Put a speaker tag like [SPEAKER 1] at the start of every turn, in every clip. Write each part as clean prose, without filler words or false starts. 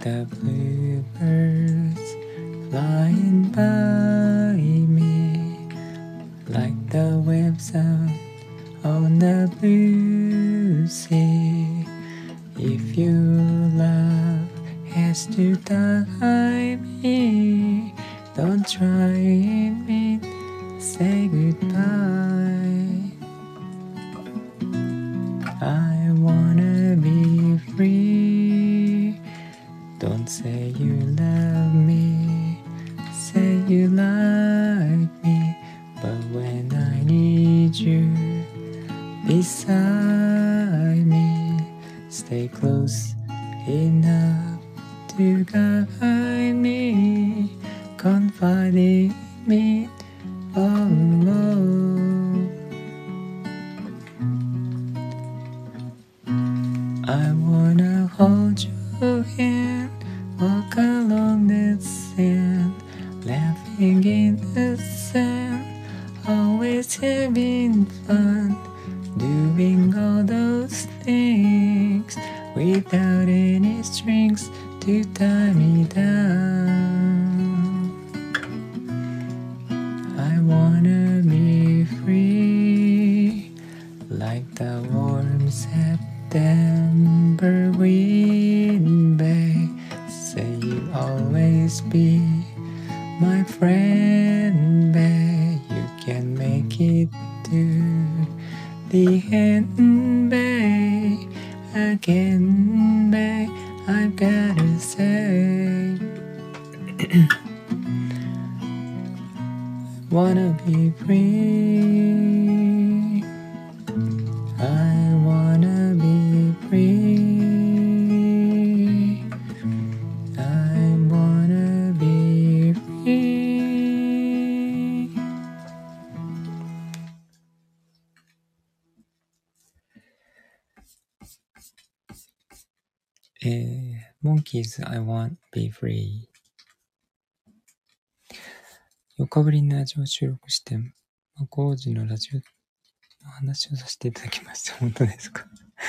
[SPEAKER 1] the bluebirds flying by me, like the waves out on the blue sea. If your love has to tie me, don't try me, say goodbye. I wanna be free. Don't say you love me, say you like me, but when I need you beside me, stay close enough to guide me, confide in me, oh, I wanna hold your hand, walk along the sand, laughing in the sand, always having fun, doing all those things without any strings to tie me down. I wanna be free, like the warm September wind, babe. Say you always be my friend, babe. You can make it to the end, babe. Again, babe, I've gotta say, wanna be free. I wanna be free. I wanna be free. モンキーズ I want be free。4日ぶりにラジオ収録して、工事のラジオの話をさせていただきました。本当ですか？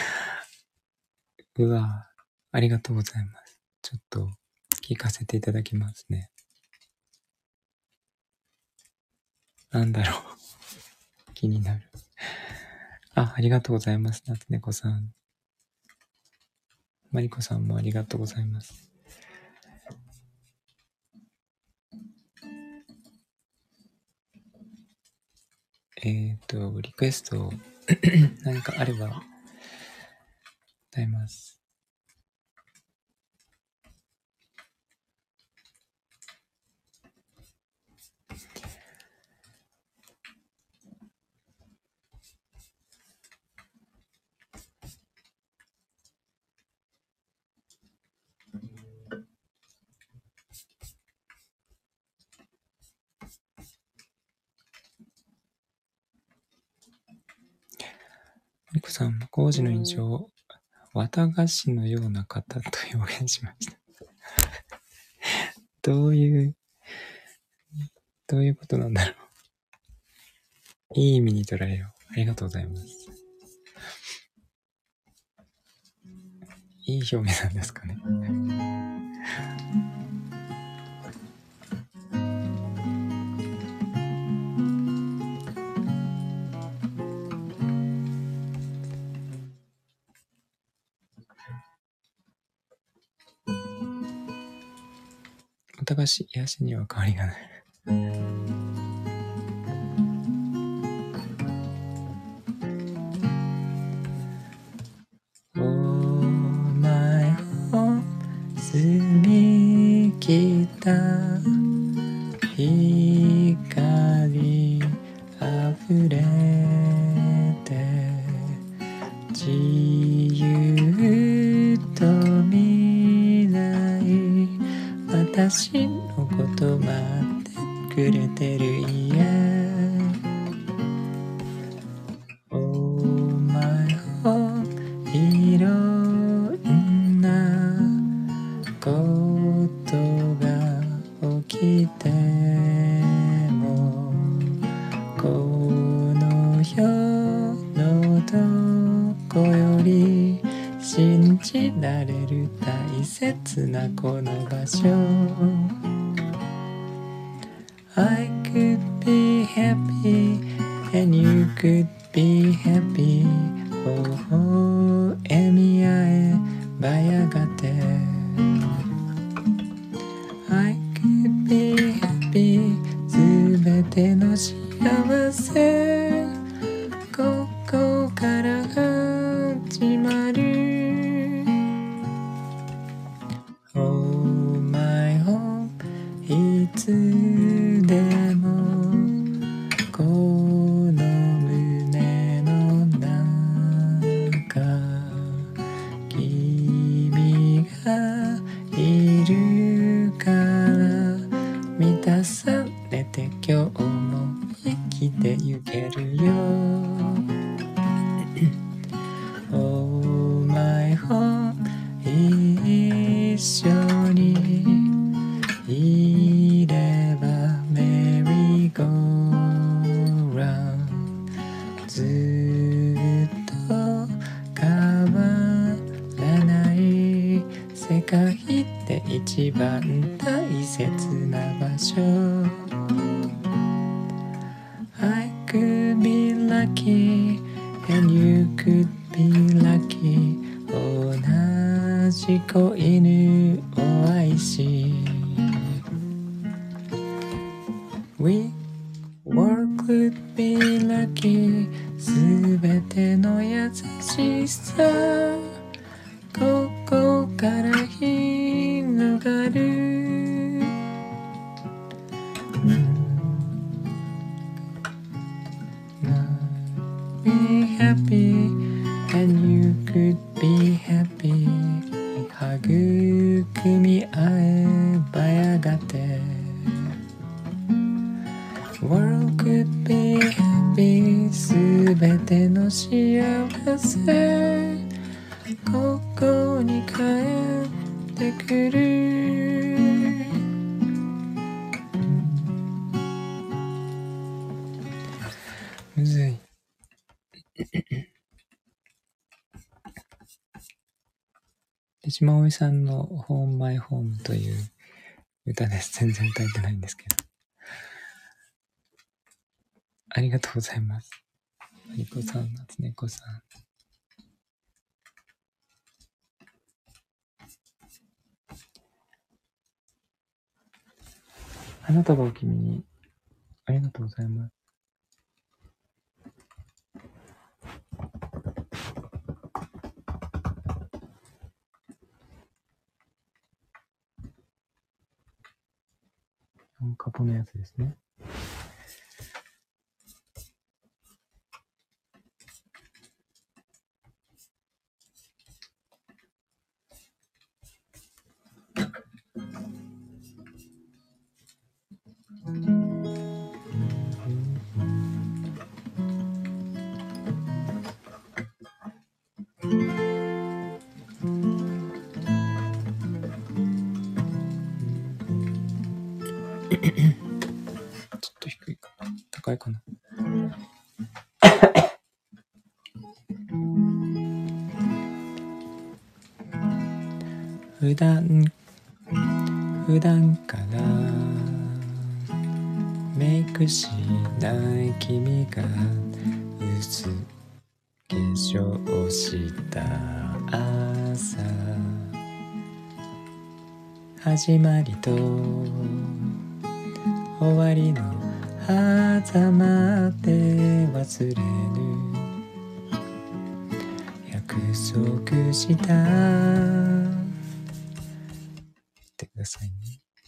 [SPEAKER 1] うわ、ありがとうございます。ちょっと聞かせていただきますね。なんだろう。気になる。ありがとうございます。夏猫さん。マリコさんもありがとうございます。リクエスト何かあれば歌います。マリコさん、工事の印象を綿菓子のような方と表現しました。どういうことなんだろう。いい意味に捉えよう。ありがとうございます。いい表現なんですかね。綿菓子、癒しには変わりがない。澄み切った光あふれて自由と未来私のこと待ってくれてるOh my home いろんなことが起きてもこの世のどこより信じられる大切なこの場所 I could be happy and you could be happy 微笑み合えばやがて I could be happy すべての幸せここから始まる Oh my home いつでもこの胸の中君がいるから満たされて今日も生きてゆけるよ Oh my home 一緒にいれば Merry go round ずっと変わらない世界で一番大切な場所 I could be lucky and you could be lucky 同じ子犬を愛し We all could be lucky すべての優しさここから広がる Be happy and you could be happy 育み合えばやがて World could be happy すべての幸せここに帰ってくるむずい手島葵さんのホームマイホームという歌です。全然歌えてないんですけど。ありがとうございます。マリコさん、夏猫さん。花束を君に、ありがとうございます。4カポのやつですね。ちょっと低いかな。高いかな。普段からメイクしない君が薄化粧した朝始まりと終わりの狭間で忘れぬ約束したってくださいね。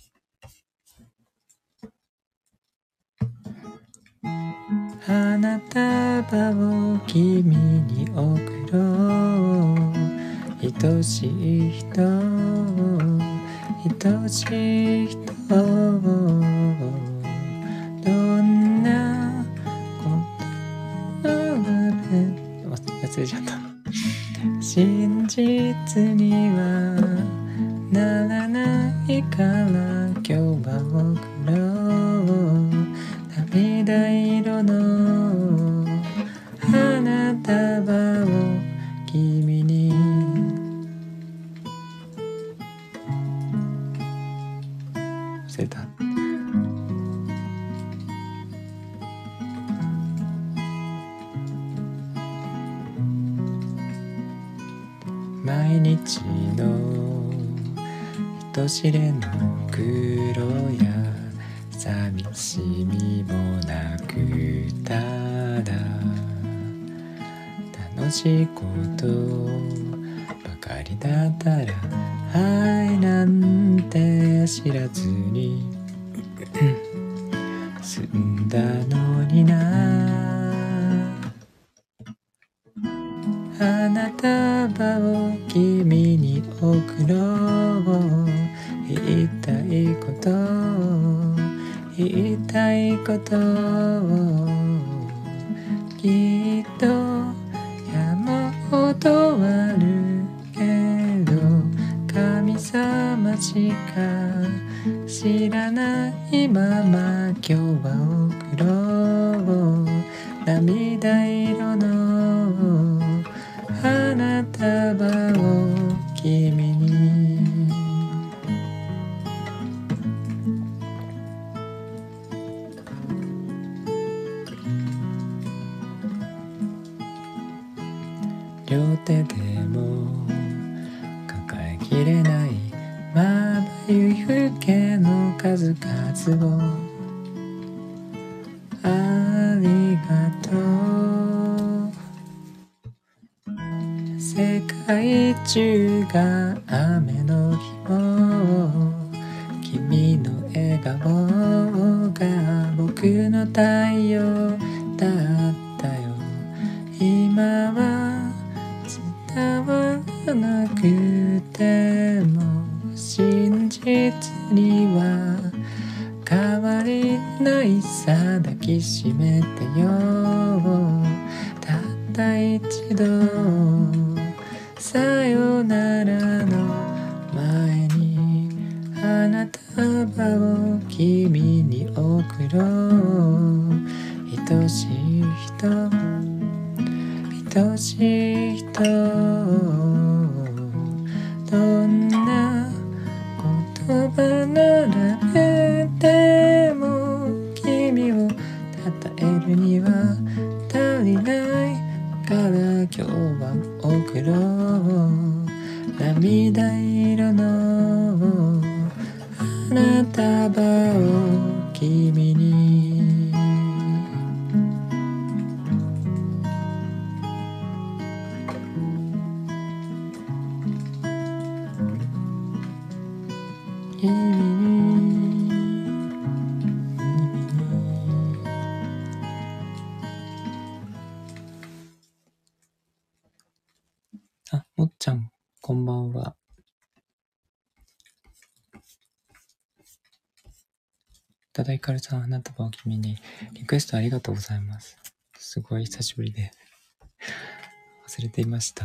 [SPEAKER 1] 花束を君に贈ろう愛しい人愛しい人どんなことで忘れちゃった真実にはならないから今日は贈ろう涙色の花束を君に毎日の人知れぬ苦労や寂しみもなく、ただ楽しいことばかりだったら愛なんて知らずに済んだのにな。花束を君に贈ろう。言いたいこと言いたいこときっと山ほどあるけど、神様しか知らないまま今日は送ろう。涙色の花束を君に。両手でも抱えきれないまばゆい風景の数々をありがとう。世界中が雨の日も君の笑顔が僕の太陽だったよ。今は伝わらなくても真実には変わりないさ。抱きしめてよたった一度。さよならの前に花束を君に贈ろう。愛しい人愛しい人、どんな言葉並べても君を称えるには足りないから今日は贈ろう。涙色の花束を君に。あ、もっちゃん、こんばんは。ただいかるさん、花束を君に。リクエストありがとうございます。すごい久しぶりで忘れていました。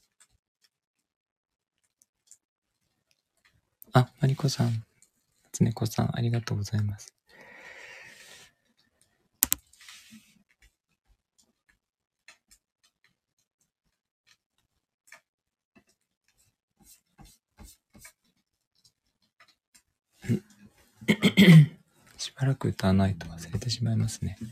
[SPEAKER 1] あ、まりこさん、つねこさん、ありがとうございます。しばらく歌わないと忘れてしまいますね。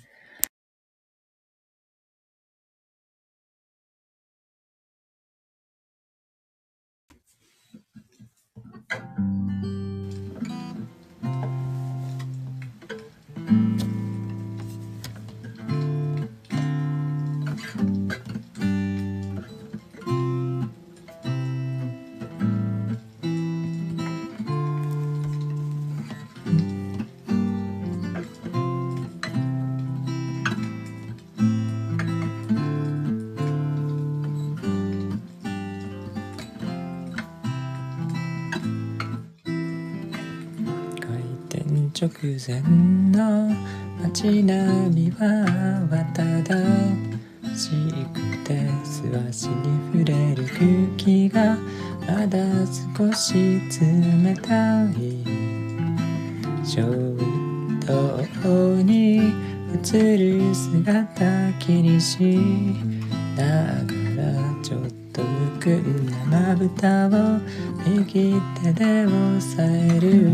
[SPEAKER 1] 直前の街並みは綿だしくて素足に触れる空気がまだ少し冷たい。衝動に映る姿気にしながらちょっとむくんだまぶたを右手で押さえる。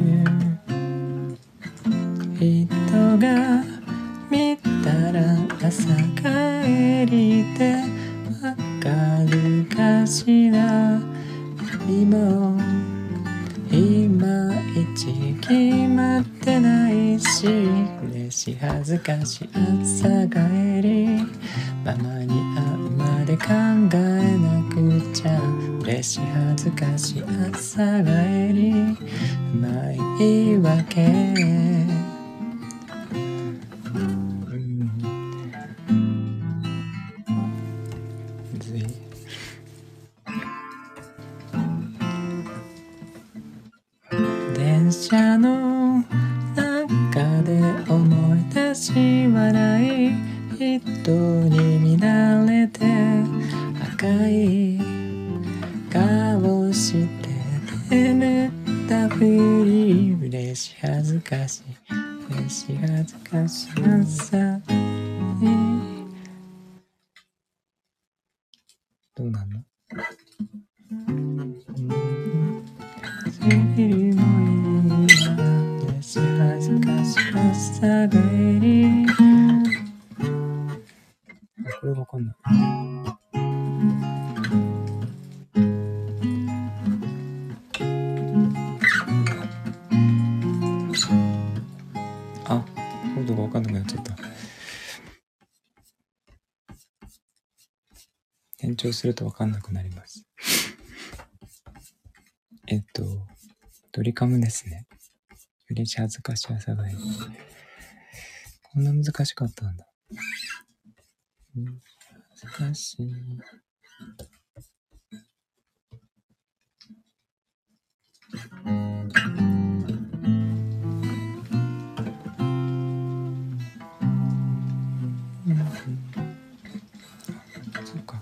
[SPEAKER 1] 人が見たら朝帰りでわかるかしな日もいまいち決まってないし、嬉し恥ずかし朝帰り、ママに会うまで考えなくちゃ、嬉し恥ずかし朝帰り、うまい言い訳、電車の中で思い出し笑い、人に見られて赤い顔して眠ったふり、嬉し恥ずかし嬉し恥ずかし朝に、どうなの？過ぎるのいいな、嬉し恥ずかし朝帰り。これわかんない。あ、コードがわかんなくなっちゃった。延長するとわかんなくなります。ドリカムですね。嬉し恥ずかし朝帰り。こんな難しかったんだ。難しい。そうか。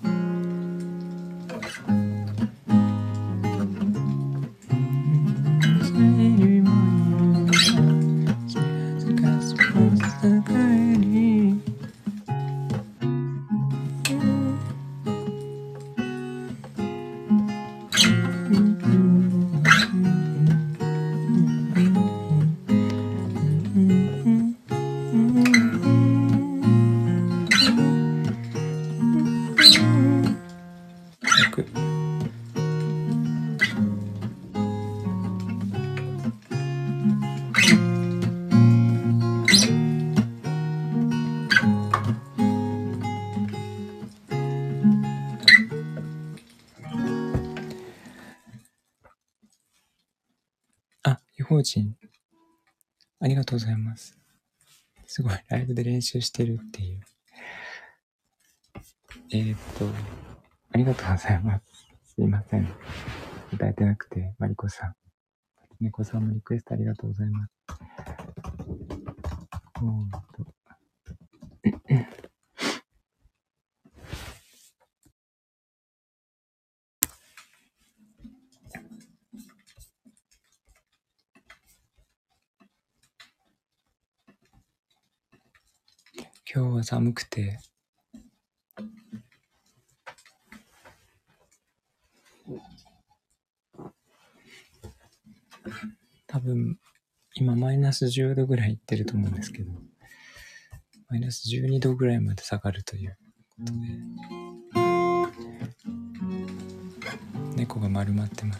[SPEAKER 1] 法人ありがとうございます。すごいライブで練習してるっていう。ありがとうございます。すいません。歌えてなくて、マリコさん。猫さんもリクエストありがとうございます。今日は寒くて、多分今マイナス10度ぐらいいってると思うんですけど、マイナス12度ぐらいまで下がるということで、猫が丸まってます。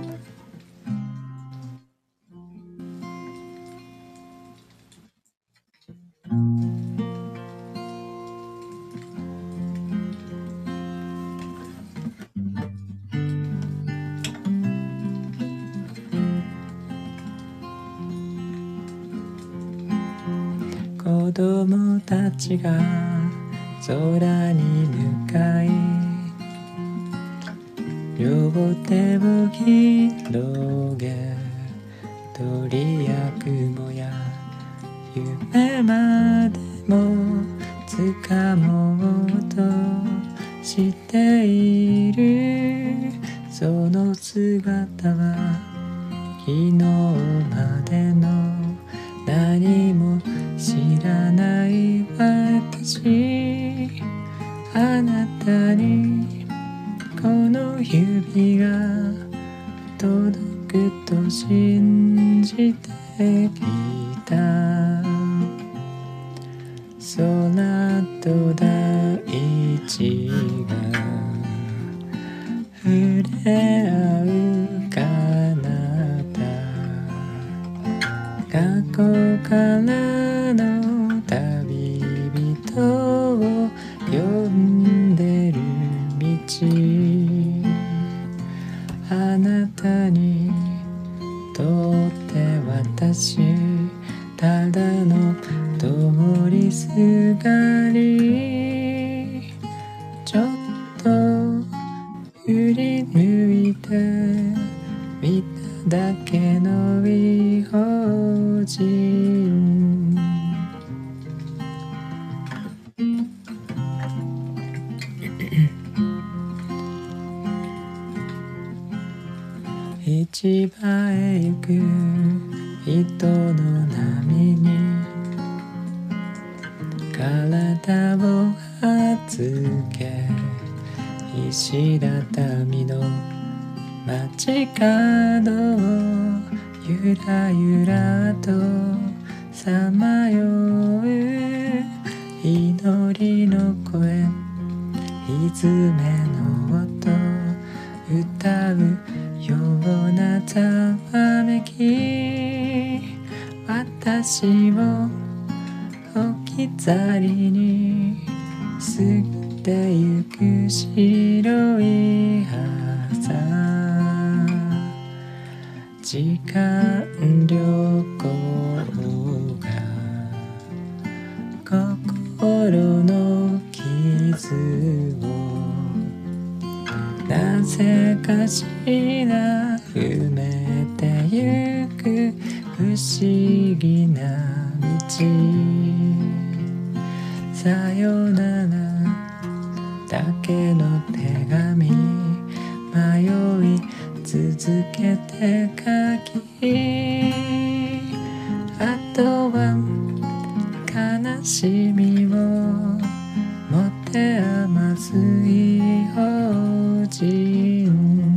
[SPEAKER 1] 子供たちが空に向かい、両手を広げ、鳥や雲や夢までも掴もうとしている、その姿は昨日までの何も知らない私、あなたにこの指が届くと信じてきた。空と大地が市場へ行く人の波に体を預け、石畳の街角をゆらゆらとさまよう祈りの声、ひめの音、歌うようなざわめき、私を置き去りに過ぎてゆく白い朝、時間旅行が心の傷をなぜかしら埋めてゆく不思議な道、さよならだけの手紙、迷い続けて書き、あとは悲しみを持て余す異邦人、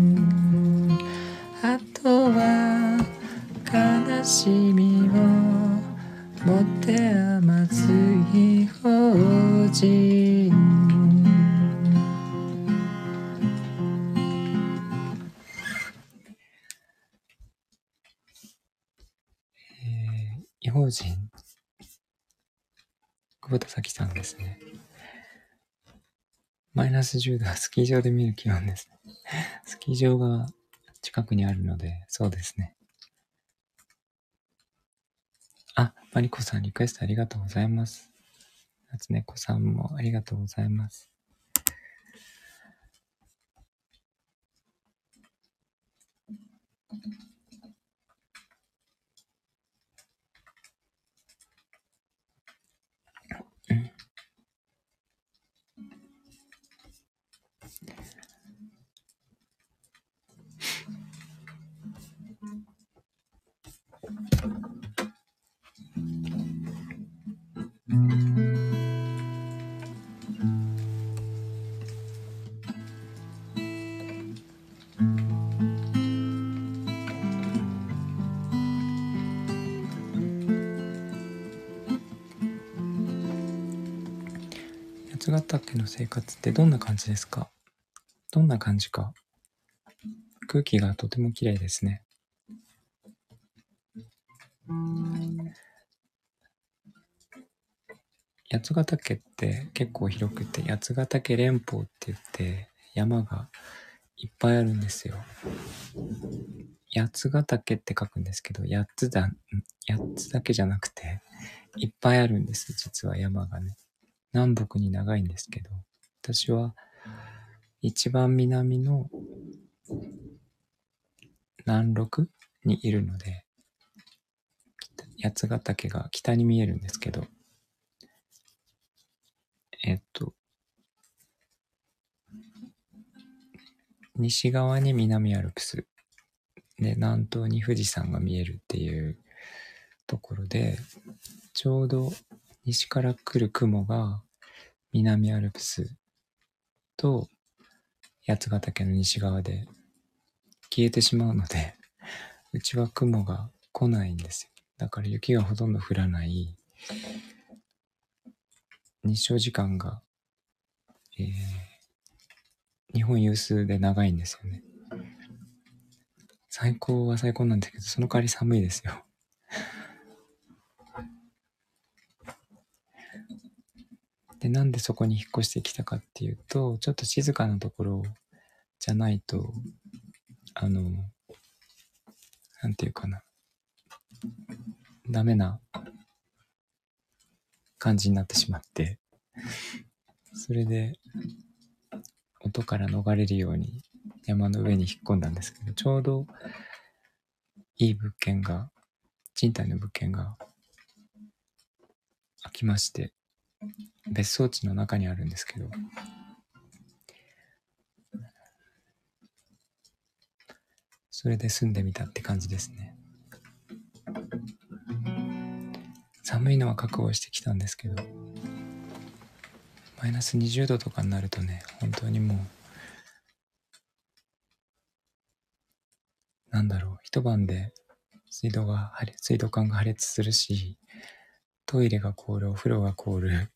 [SPEAKER 1] あとは悲しみを持て余す異邦人。異邦人、久保田早紀さんですね。マイナス10度はスキー場で見る気温ですね。スキー場が近くにあるので、そうですね。あ、マリコさんリクエストありがとうございます。夏猫さんもありがとうございます。八ヶ岳の生活ってどんな感じですか？どんな感じか。空気がとても綺麗ですね。八ヶ岳って結構広くて、八ヶ岳連峰って言って山がいっぱいあるんですよ。八ヶ岳って書くんですけど、8つだけじゃなくていっぱいあるんです、実は山がね。南北に長いんですけど、私は一番南の南麓にいるので、八ヶ岳が北に見えるんですけど、西側に南アルプスで、南東に富士山が見えるっていうところで、ちょうど西から来る雲が南アルプスと八ヶ岳の西側で消えてしまうので、うちは雲が来ないんですよ。だから雪がほとんど降らない日照時間が、日本有数で長いんですよね。最高は最高なんですけど、その代わり寒いですよ。で、なんでそこに引っ越してきたかっていうと、ちょっと静かなところじゃないと、なんていうかな、ダメな感じになってしまって、それで音から逃れるように山の上に引っ込んだんですけど、ちょうどいい物件が、賃貸の物件が空きまして、別荘地の中にあるんですけど、 それで住んでみたって感じですね。寒いのは覚悟してきたんですけど、マイナス20度とかになるとね、本当にもう一晩で水道管が破裂するし、トイレが凍る、お風呂が凍る、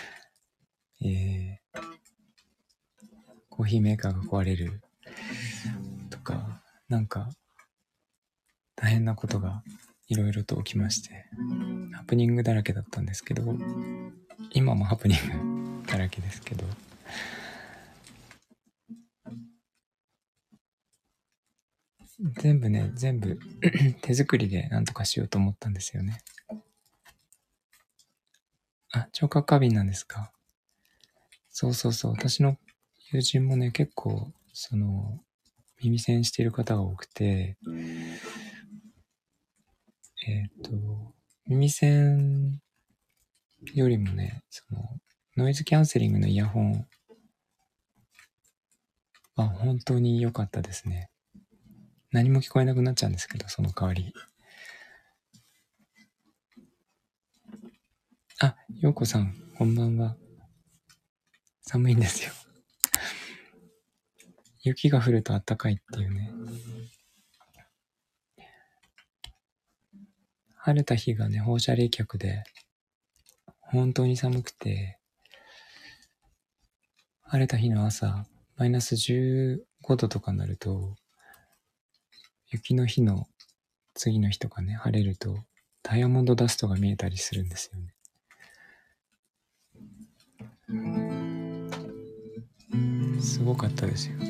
[SPEAKER 1] コーヒーメーカーが壊れるとか、なんか大変なことがいろいろと起きまして、ハプニングだらけだったんですけど、今もハプニングだらけですけど、全部手作りでなんとかしようと思ったんですよね。あ、聴覚過敏なんですか。そうそうそう。私の友人もね、結構、耳栓している方が多くて、耳栓よりもね、ノイズキャンセリングのイヤホンは本当に良かったですね。何も聞こえなくなっちゃうんですけど、その代わり。あ、ようこさん、こんばんは。寒いんですよ。雪が降ると暖かいっていうね。晴れた日がね、放射冷却で、本当に寒くて、晴れた日の朝、マイナス15度とかになると、雪の日の次の日とかね、晴れると、ダイヤモンドダストが見えたりするんですよね。すごかったですよ。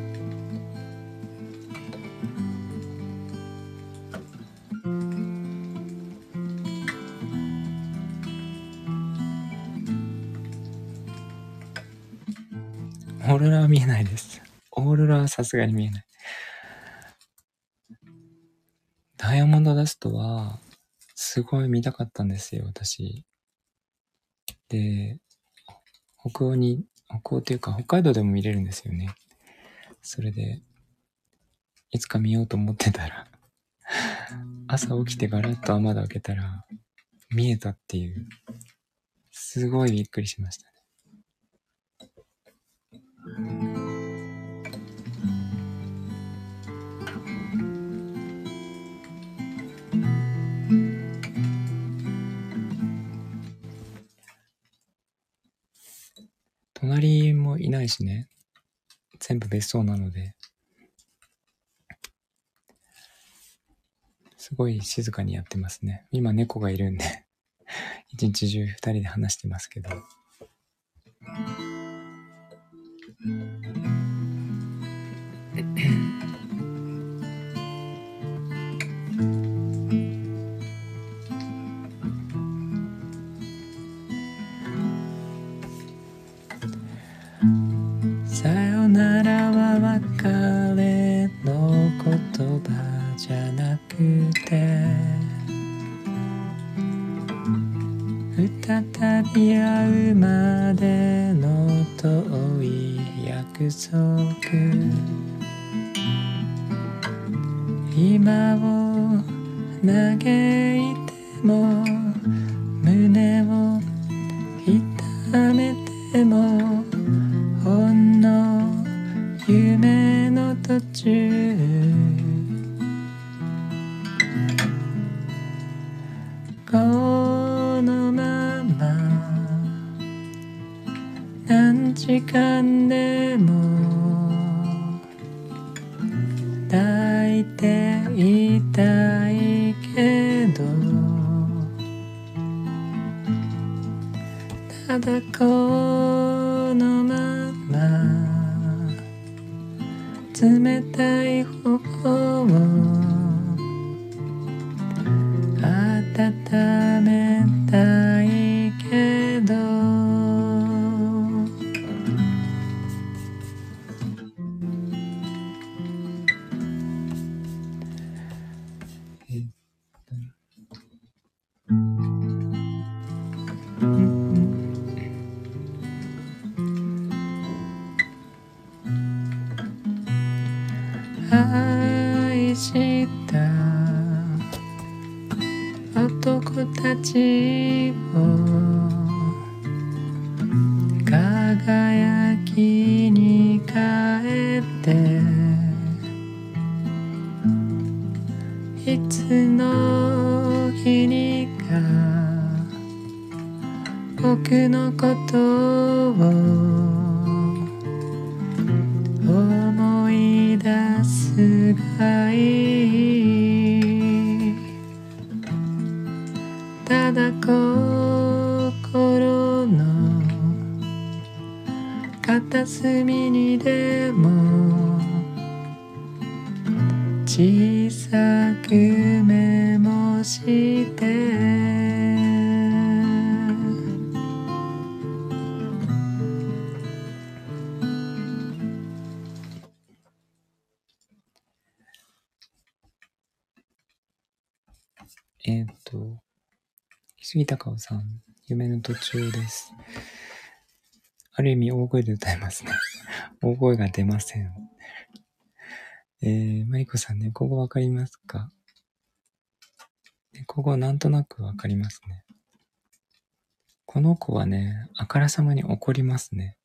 [SPEAKER 1] オーロラは見えないです。オーロラはさすがに見えない。ダイヤモンドダストは、すごい見たかったんですよ、私。で、北欧というか北海道でも見れるんですよね。それで、いつか見ようと思ってたら、朝起きてガラッと雨戸開けたら、見えたっていう、すごいびっくりしましたね。隣もいないしね。全部別荘なので、すごい静かにやってますね。今猫がいるんで、一日中二人で話してますけど。さよならは別れの言葉じゃなくて、再び会うまでの遠い約束。今を嘆いても胸を痛めても、ほんの夢の途中、このまま何時間でも抱いていたいけど、ただこのまま冷たい頬を温めたいけど、あちを輝きに変えて、いつの日にか僕のことを思い出すがいい。ただ心の片隅にでも小さくメモして杉高尾さん、夢の途中です。ある意味大声で歌いますね。大声が出ません。マリコさん、猫語わかりますか？猫語なんとなくわかりますね。この子はね、あからさまに怒りますね。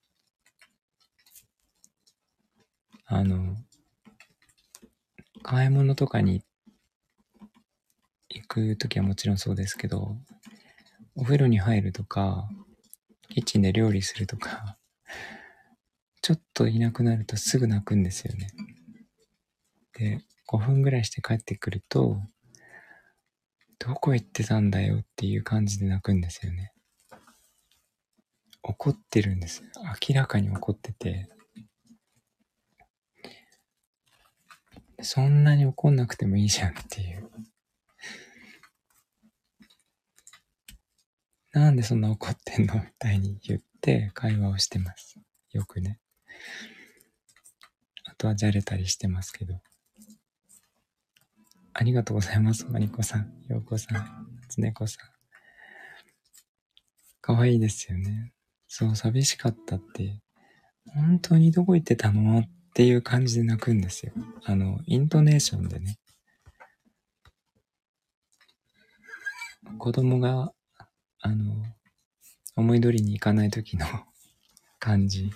[SPEAKER 1] 買い物とかに行くときはもちろんそうですけど、お風呂に入るとか、キッチンで料理するとか、ちょっといなくなるとすぐ泣くんですよね。で、5分ぐらいして帰ってくると、どこ行ってたんだよっていう感じで泣くんですよね。怒ってるんです。明らかに怒ってて、そんなに怒んなくてもいいじゃんっていう。なんでそんな怒ってんのみたいに言って会話をしてます。よくね。あとはじゃれたりしてますけど。ありがとうございます。マリコさん、ヨウコさん、つねこさん。かわいいですよね。そう、寂しかったって、本当にどこ行ってたのっていう感じで泣くんですよ。イントネーションでね。子供が、思い通りにいかない時の感じ。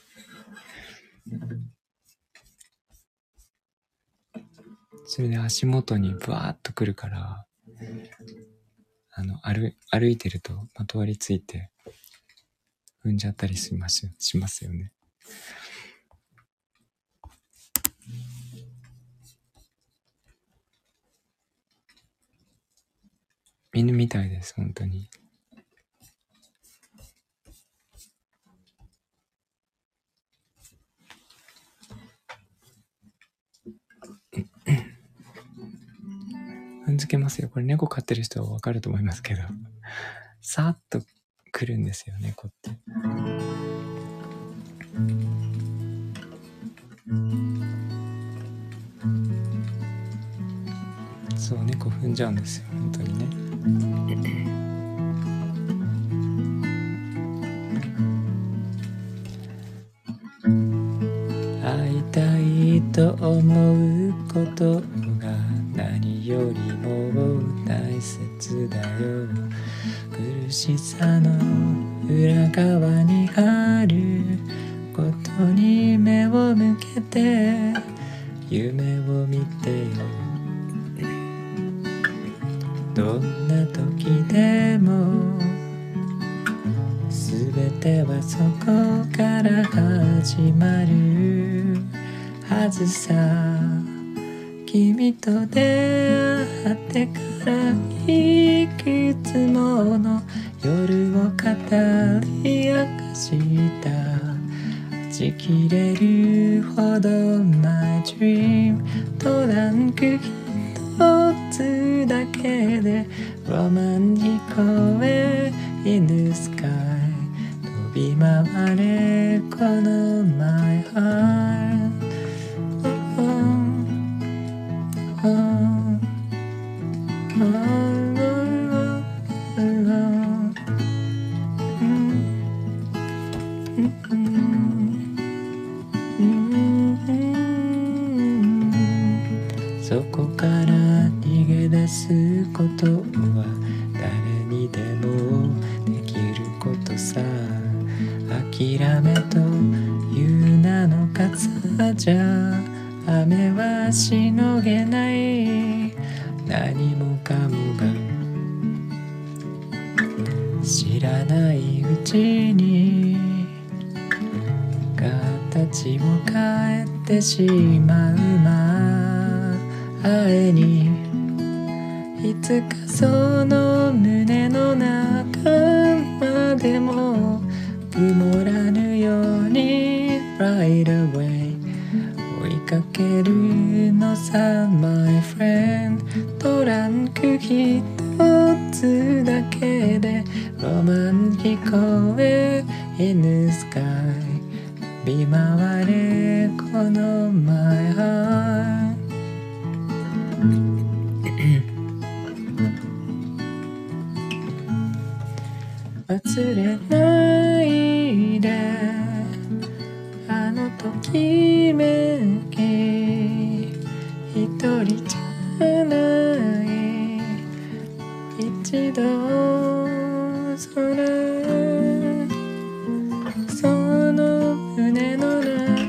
[SPEAKER 1] それで足元にブワーッと来るから、歩いてるとまとわりついて踏んじゃったりしますよね。犬みたいです、本当に。踏んづけますよ。これ猫飼ってる人はわかると思いますけど、さーっと来るんですよ、猫って。そう、猫踏んじゃうんですよ、本当にね。会いたいと思うことが何よりも大切だよ。苦しさの裏側にあることに目を向けて夢を見てよ。どんな時でもすべてはそこから始まるはずさ。君と出会ってからいくつもの夜を語り明かした。はち切れるほど My dream トランク一つだけでロマンに声 In the sky 飛び回れこの My heartそこから逃げ出すことは誰でもできることさ。諦めという名の傘じゃ雨はしのげない。何もかもが知らないうちに形を変えてしまう前に、いつかその胸の中までも曇らぬように Right away 追いかけるのさ My friend。 トランク一つだけでロマン聞こえ In the sky 飛び回れこの My heart。 忘れないであのときめき、一人じゃない一度その胸の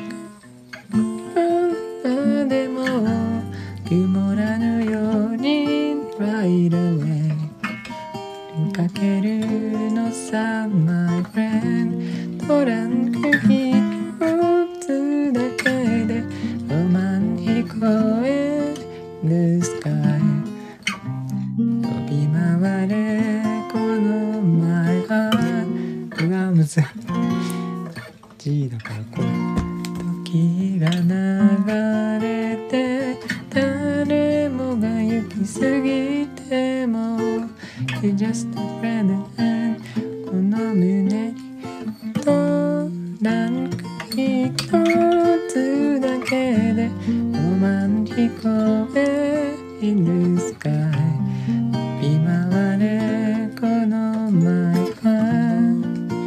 [SPEAKER 1] 中でも曇らぬように Right away かけるのさ My friend。 トランク一つだけでロマン聞こえ The sky 飛び回れこの My heart。 うわむずい G だからこう時が流れて誰もが行き過ぎても You just a friend and この胸にトランク一つだけでロマン聞こえ In the sky 飛び回れこの My heart。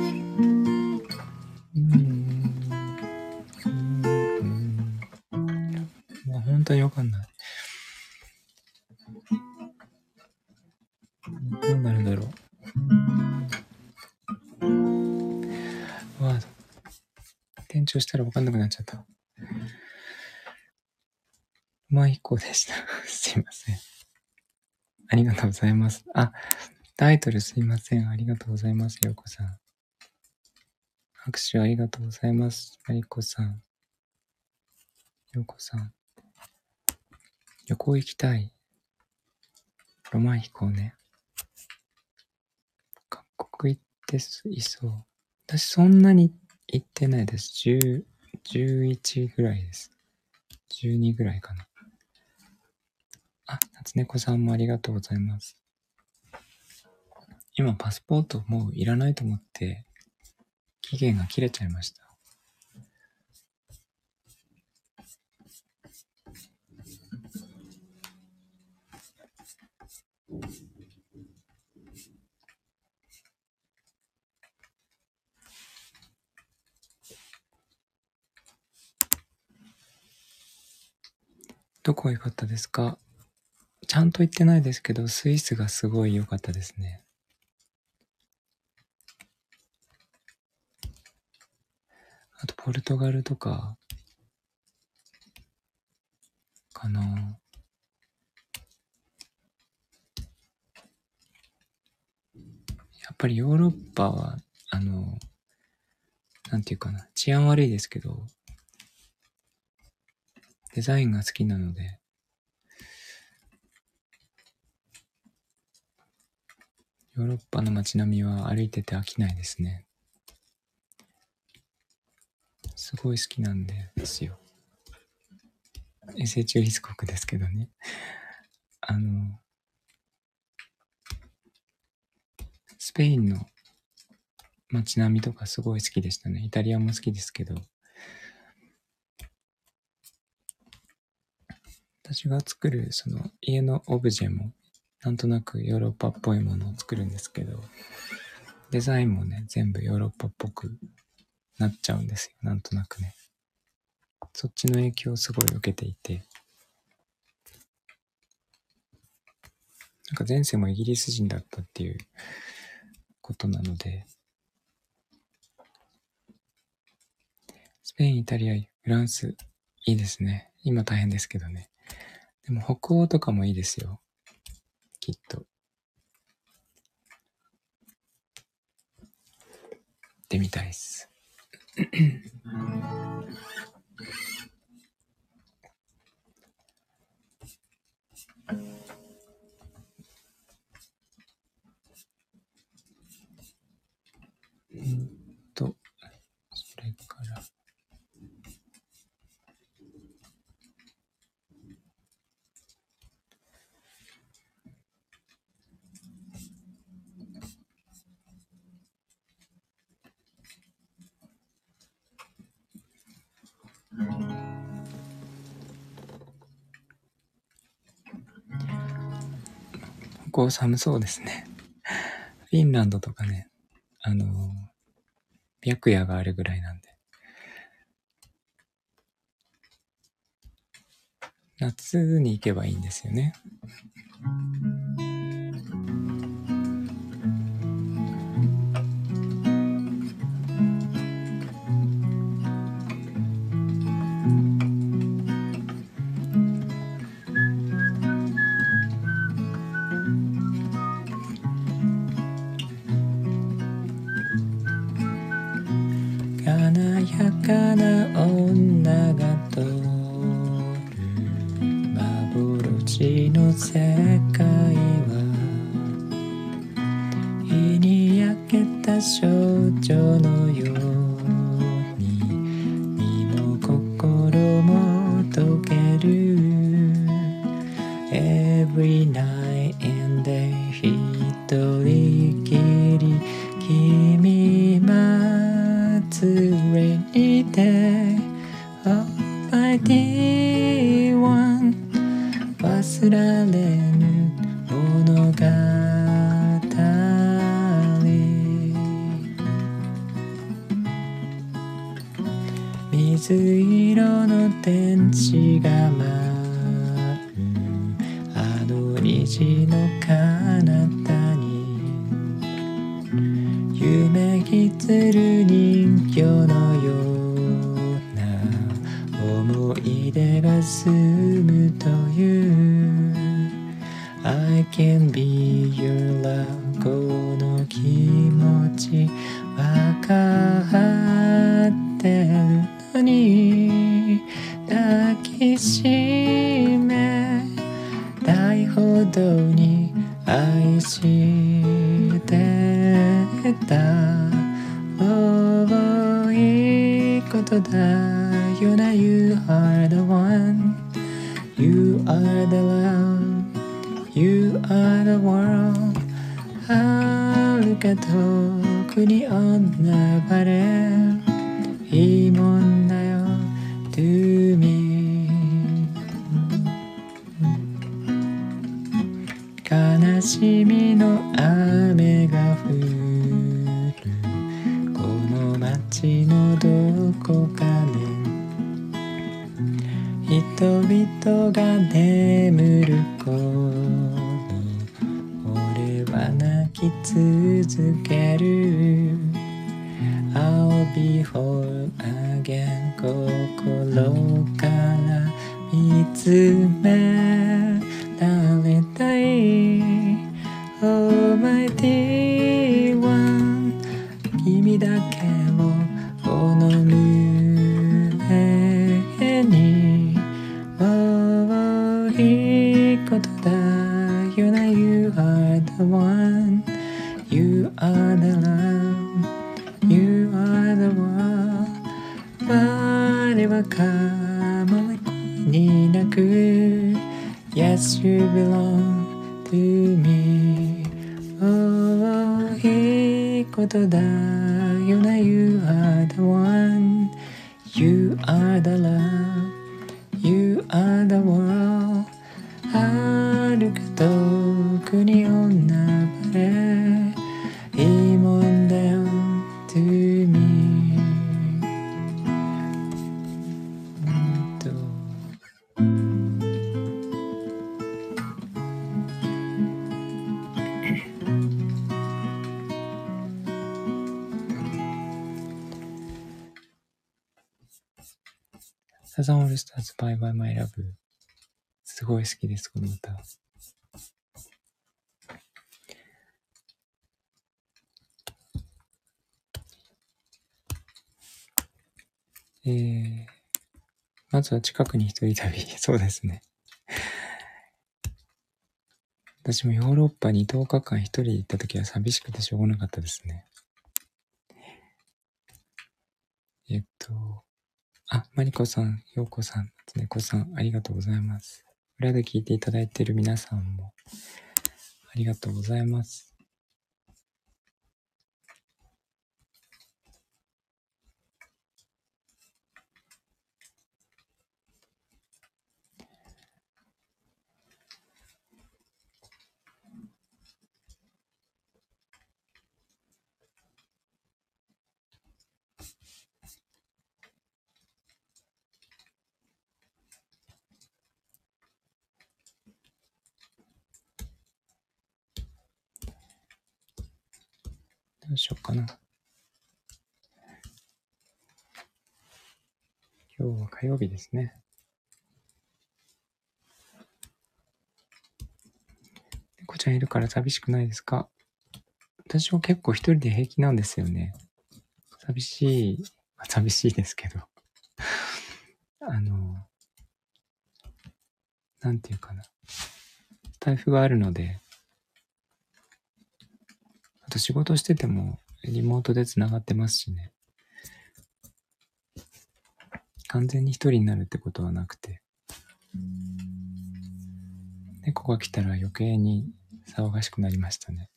[SPEAKER 1] もう本当にわかんない。どうなるんだろう。ワード転調したらわかんなくなっちゃった。マイコでしたすいません、ありがとうございます。あ、タイトルすいません、ありがとうございます。ようこさん拍手ありがとうございます。マリコさん、ようこさん、旅行行きたい。ロマン飛行ね。各国行っていそう。私そんなに行ってないです。11ぐらいです。12ぐらいかな。あ、夏猫さんもありがとうございます。今パスポートもういらないと思って期限が切れちゃいました。どこ良かったですか？ちゃんと行ってないですけど、スイスがすごい良かったですね。あとポルトガルとかかな。やっぱりヨーロッパはなんていうかな、治安悪いですけどデザインが好きなので、ヨーロッパの街並みは歩いてて飽きないですね。すごい好きなんですよ。永世中立国ですけどね。スペインの街並みとかすごい好きでしたね。イタリアも好きですけど、私が作るその家のオブジェもなんとなくヨーロッパっぽいものを作るんですけど、デザインもね全部ヨーロッパっぽくなっちゃうんですよ。なんとなくね、そっちの影響をすごい受けていて、 なんか前世もイギリス人だったっていうことなので、スペイン、イタリア、フランス、いいですね。今大変ですけどね。でも北欧とかもいいですよ。きっと。行ってみたいです。それから、北欧寒そうですね。フィンランドとかね、白夜があるぐらいなんで。夏に行けばいいんですよね。華やかな女が通る幻の世界は、日に焼けた少女のように身も心も溶ける。 Every night and day 一人きり君待つれにて Oh my dear one 忘られぬ物語、水色の天地が舞うあの虹の彼方に夢きつる人形のような思い出が住むという I can be your love この気持ちわかってるのに抱きしめたいほどに愛してた。多いことだよな You are the one You are the love You are the world 遥か遠くに女ばれいいもんだよ To me 悲しみの雨が降るこの街のどこかで人々が眠る頃俺は泣き続ける I'll be whole again 心から見つめられたい Oh my dear one 君だけをこの胸に多いことだよな You are the one You are the love You are the world 我はかもめになく Yes you belong to me 多いことだよな You are the one You are the love You are the world 遥か遠くに女ばれいいもんだよ To me サザンオールスターズバイバイマイラブ。すごい好きです、この歌。まずは近くに一人旅。そうですね。私もヨーロッパに10日間一人で行った時は寂しくてしょうがなかったですね。マリコさん、ヨウコさん、つねこさん、ありがとうございます。裏で聞いていただいている皆さんも、ありがとうございます。どうしようかな。今日は火曜日ですね。猫ちゃんいるから寂しくないですか？私は結構一人で平気なんですよね。寂しいですけど。なんていうかな。スタイフがあるので、あと仕事しててもリモートでつながってますしね。完全に一人になるってことはなくて。猫が来たら余計に騒がしくなりましたね。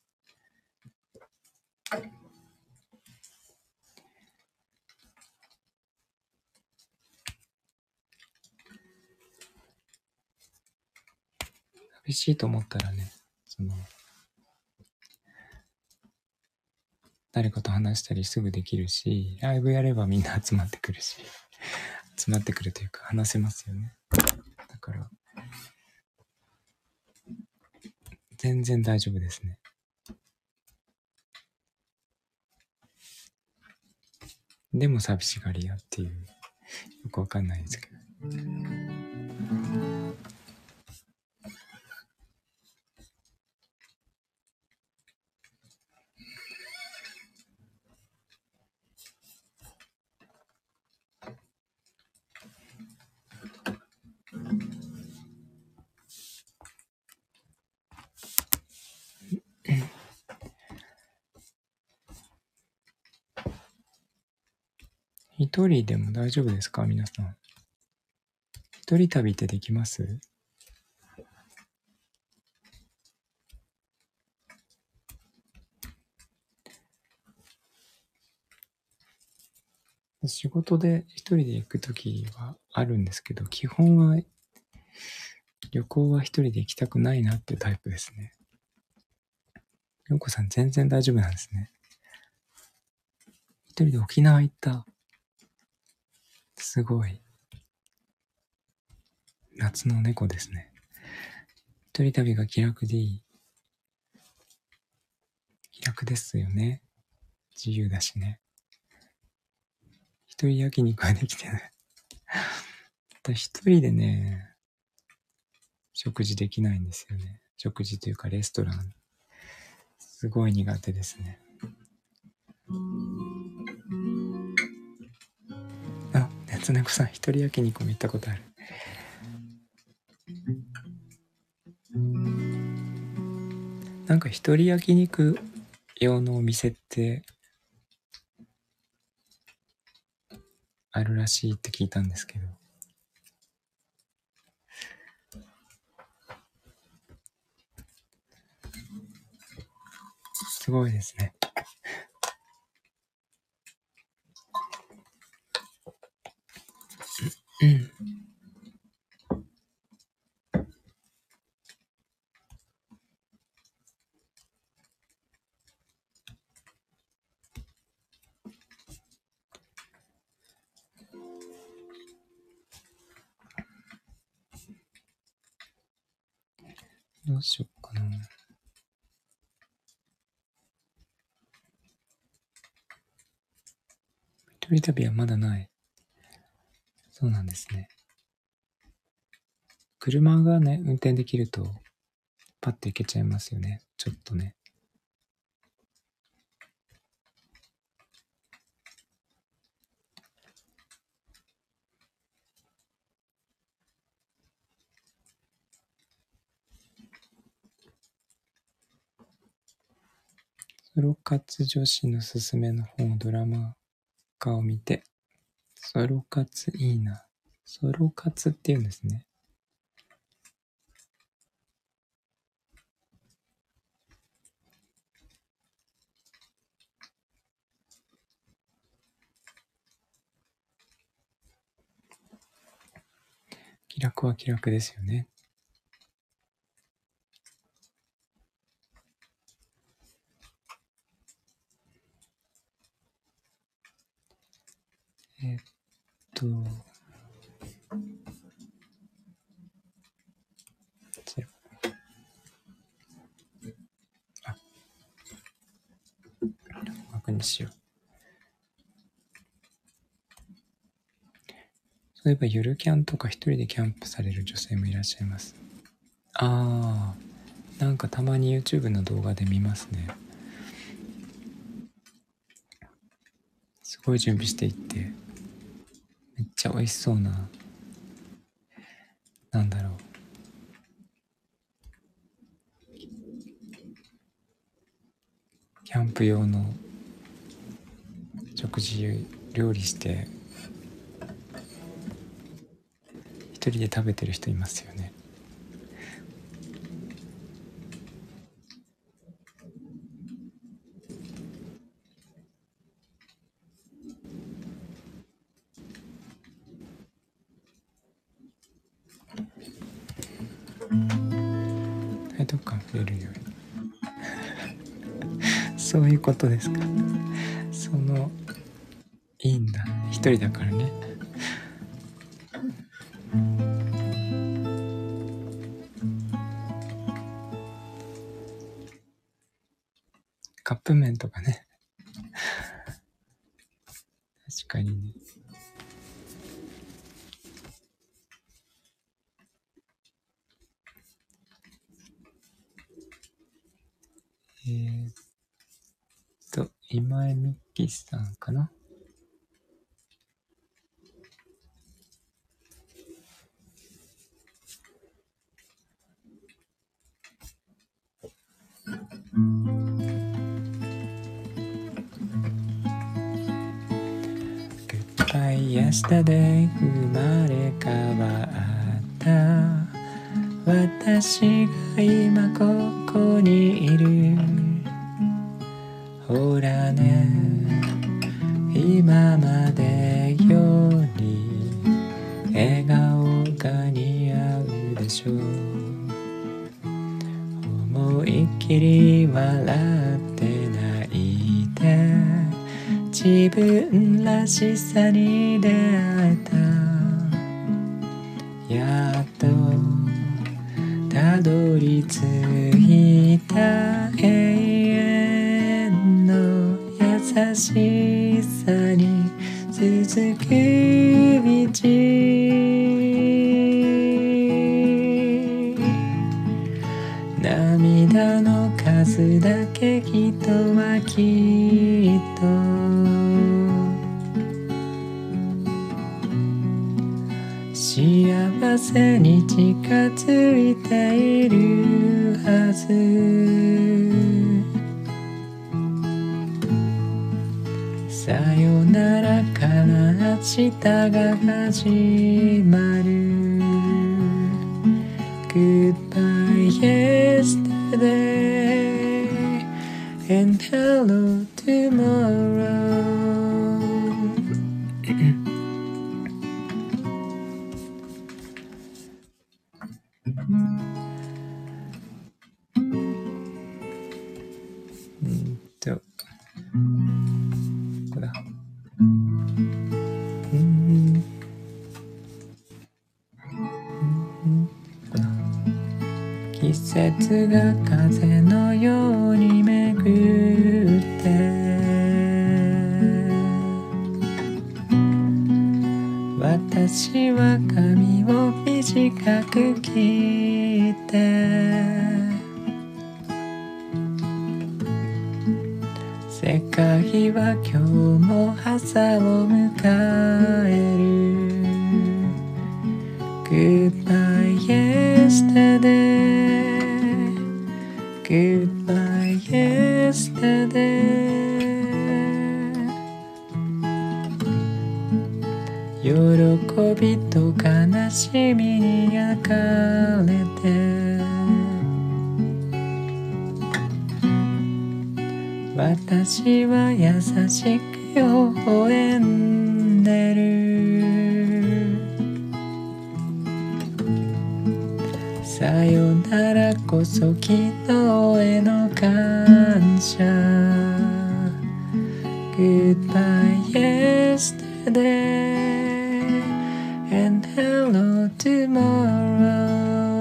[SPEAKER 1] 寂しいと思ったらね、誰かと話したりすぐできるし、ライブやればみんな集まってくるし、集まってくるというか話せますよね。だから、全然大丈夫ですね。でも寂しがり屋っていう、よくわかんないですけど。一人でも大丈夫ですか皆さん。一人旅ってできます？仕事で一人で行くときはあるんですけど、基本は旅行は一人で行きたくないなっていうタイプですね。ようこさん全然大丈夫なんですね。一人で沖縄行った。すごい。夏の猫ですね。一人旅が気楽でいい。気楽ですよね。自由だしね。一人焼肉はできてない。一人でね、食事できないんですよね。食事というかレストラン。すごい苦手ですね。夏猫さん、一人焼肉も行ったことある。なんか一人焼肉用のお店ってあるらしいって聞いたんですけど。すごいですね。うん。どうしよっかな。一人旅はまだない。 そうなんですね。車がね、運転できると、パッと行けちゃいますよね。ちょっとね。ソロ活女子のすすめの本をドラマ化を見て、ソロ活いいな。ソロ活って言うんですね。気楽は気楽ですよね。こちら。確認しよう。そういえばゆるキャンとか一人でキャンプされる女性もいらっしゃいます。ああ、なんかたまに YouTube の動画で見ますね。すごい準備していって、めっちゃ美味しそうな、なんだろう。キャンプ用の食事料理して一人で食べてる人いますよね。態度感触れるようにそういうことですか。いいんだ、一人だからね。カップ麺とかね。確かにね。今井美樹さんかな。Goodbye yesterday 生まれ変わった私が今ここにいる。ほらね、今までより笑顔が似合うでしょう。思いっきり笑って泣いて自分らしさに出会えた。やっとたどり着いた永遠の優しさに続く道。涙の数だけ人はきっと幸せに近づいているはず。さよならから明日が始まる。 Goodbye yesterday and hello tomorrow ここだ。季節が風のように巡って私は髪を短く切って世界は今日も朝を迎える Goodbye yesterday Goodbye yesterday 喜びと悲しみに焼かれて私は優しく微笑んでるさよならこそ昨日への感謝 Goodbye yesterday and hello tomorrow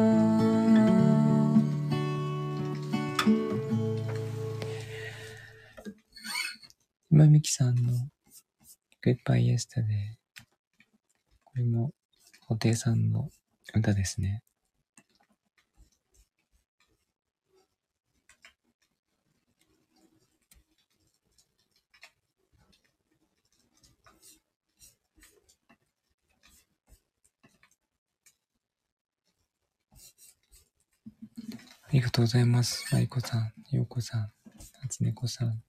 [SPEAKER 1] 今みきさんの Goodbye Yesterday これも布袋さんの歌ですね。ありがとうございます。まりこさん、ようこさん、なつねこさん。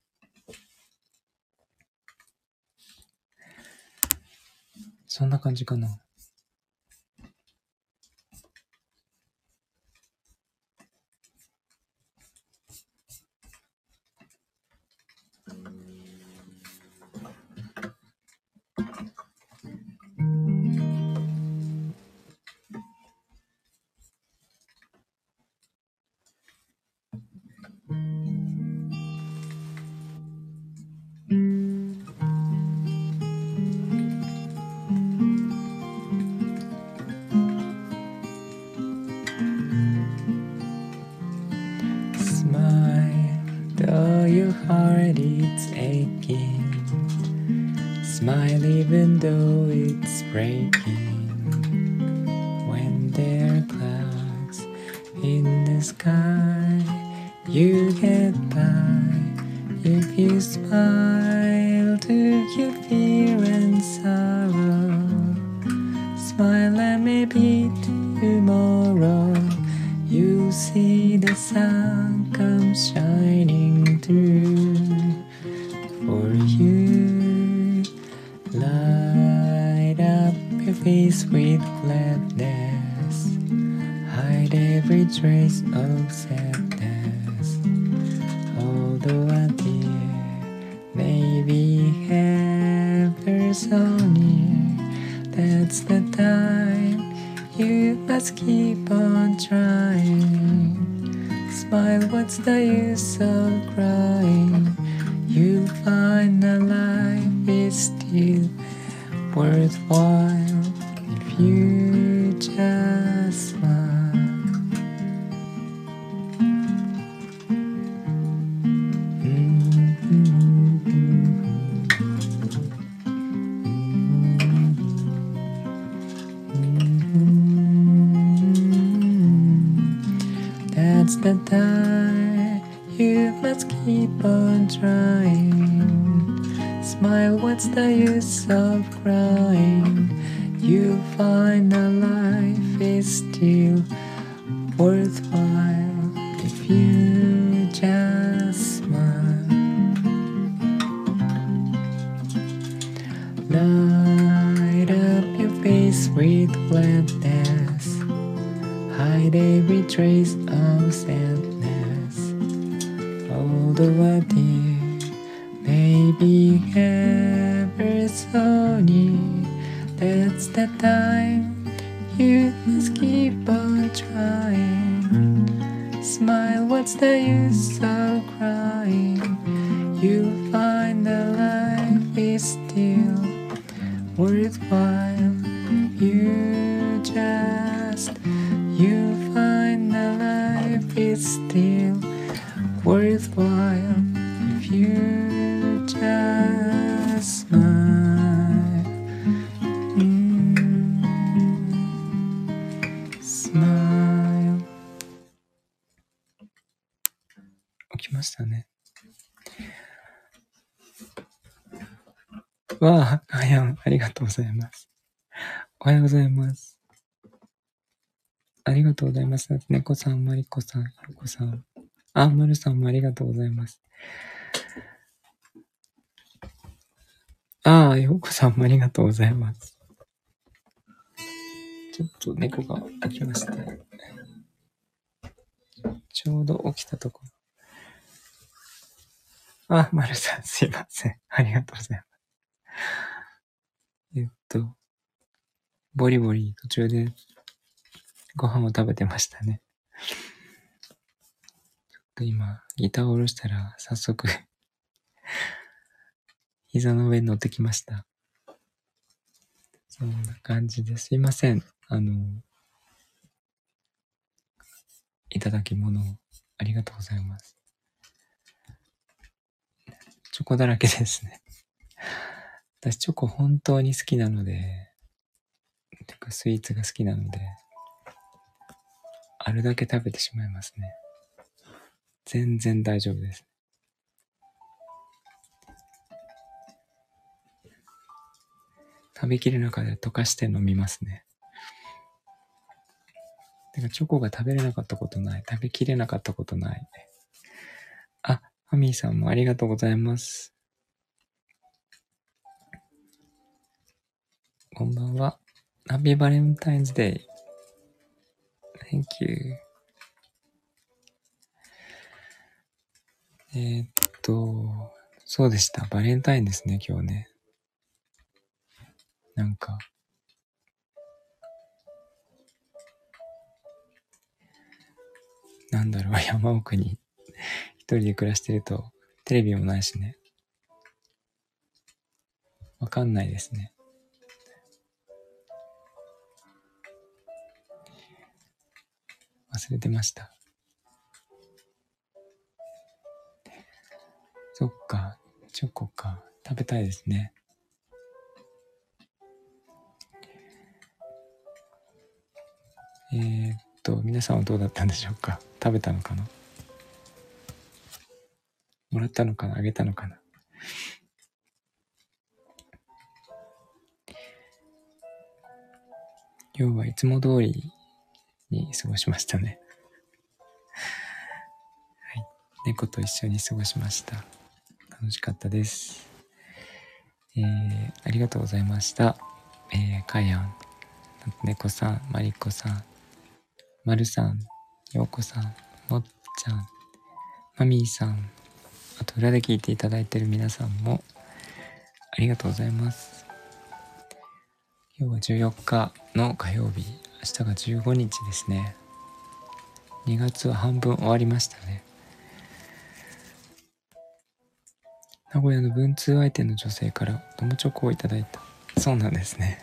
[SPEAKER 1] そんな感じかな。Though your heart is aching Smile even though it's breaking When there are clouds in the sky You get by If you smile to your fear and sorrow Smile and maybe tomorrow You see the sun come shining through for you. Light up your face with gladness. Hide every trace of sadness. Although a tear may be ever so near, that's the time you must keep on trying. Smile, what's the use of crying? You'll find that life is still worthwhile if you just smile. That's the time you must keep on trying. Smile, what's the use of crying? You'll find that life is still worthwhile if you just smile. Light up your face with gladness. Hide every trace of sadness. Although a tear may be ever so near, that's the time you must keep on trying. Smile, what's the use of crying? You'll find that life is still worthwhile. You find that life is still worthwhile if you just smile. したね。わあ、ありがとうございます。おはようございます。ありがとうございます。猫さん、まりこさん、ひろこさん。あ、まるさんもありがとうございます。ああ、ようこさんもありがとうございます。ちょっと猫が起きましたね。ちょうど起きたところ。あ、まるさんすいません。ありがとうございます。ボリボリ途中でご飯を食べてましたね。今、ギターを下ろしたら早速膝の上に乗ってきました。そんな感じですいません。いただき物をありがとうございます。チョコだらけですね。私チョコ本当に好きなので、てかスイーツが好きなので、あるだけ食べてしまいますね。全然大丈夫です。食べきれなかったら溶かして飲みますね。てかチョコが食べれなかったことない。食べきれなかったことない。あ、ハミーさんもありがとうございます。こんばんは。Happy Valentine's Day. Thank you. そうでした。バレンタインですね、今日ね。なんか、なんだろう、山奥に一人で暮らしてると、テレビもないしね。わかんないですね。忘れてました。そっか、チョコか。食べたいですね。皆さんはどうだったんでしょうか。食べたのかな、もらったのかな、あげたのかな。今日はいつも通りに過ごしましたね。はい。猫と一緒に過ごしました。楽しかったです。ありがとうございました。かやん、猫さん、まりこさん、まるさん、ようこさん、もっちゃん、まみーさん、あと裏で聞いていただいている皆さんもありがとうございます。今日は14日の火曜日、明日が15日ですね。2月は半分終わりましたね。名古屋の文通相手の女性から友チョコをいただいた。そうなんですね。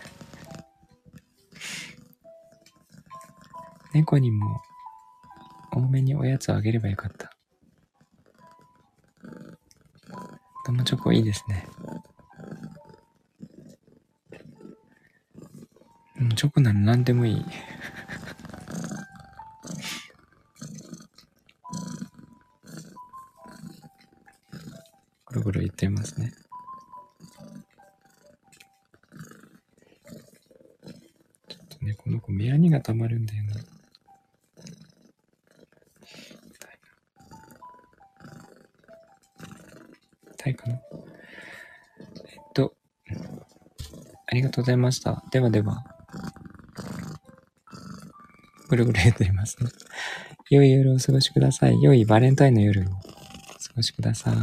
[SPEAKER 1] 猫にも多めにおやつをあげればよかった。友チョコいいですね。チョコなら何でもいい。ゴロゴロ言ってみますね。ちょっとね、この子目やにがたまるんだよな。痛いかな。ありがとうございました。ではでは。ぐるぐる言っていますね。良い夜をお過ごしください。良いバレンタインの夜をお過ごしください。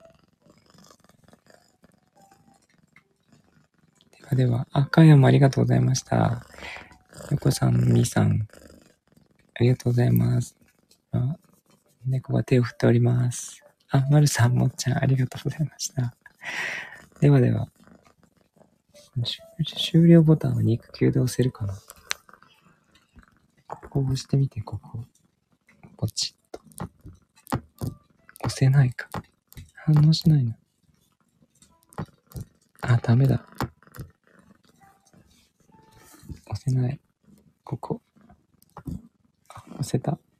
[SPEAKER 1] ではでは。あ、かやもありがとうございました。よこさん、みーさん、ありがとうございます。猫が手を振っております。あ、まるさん、もっちゃん、ありがとうございました。ではでは。終了ボタンを肉球で押せるかな。ここを押してみて、ここ。ポチッと。押せないか。反応しないの。あ、ダメだ。押せない。ここ。あ、押せた。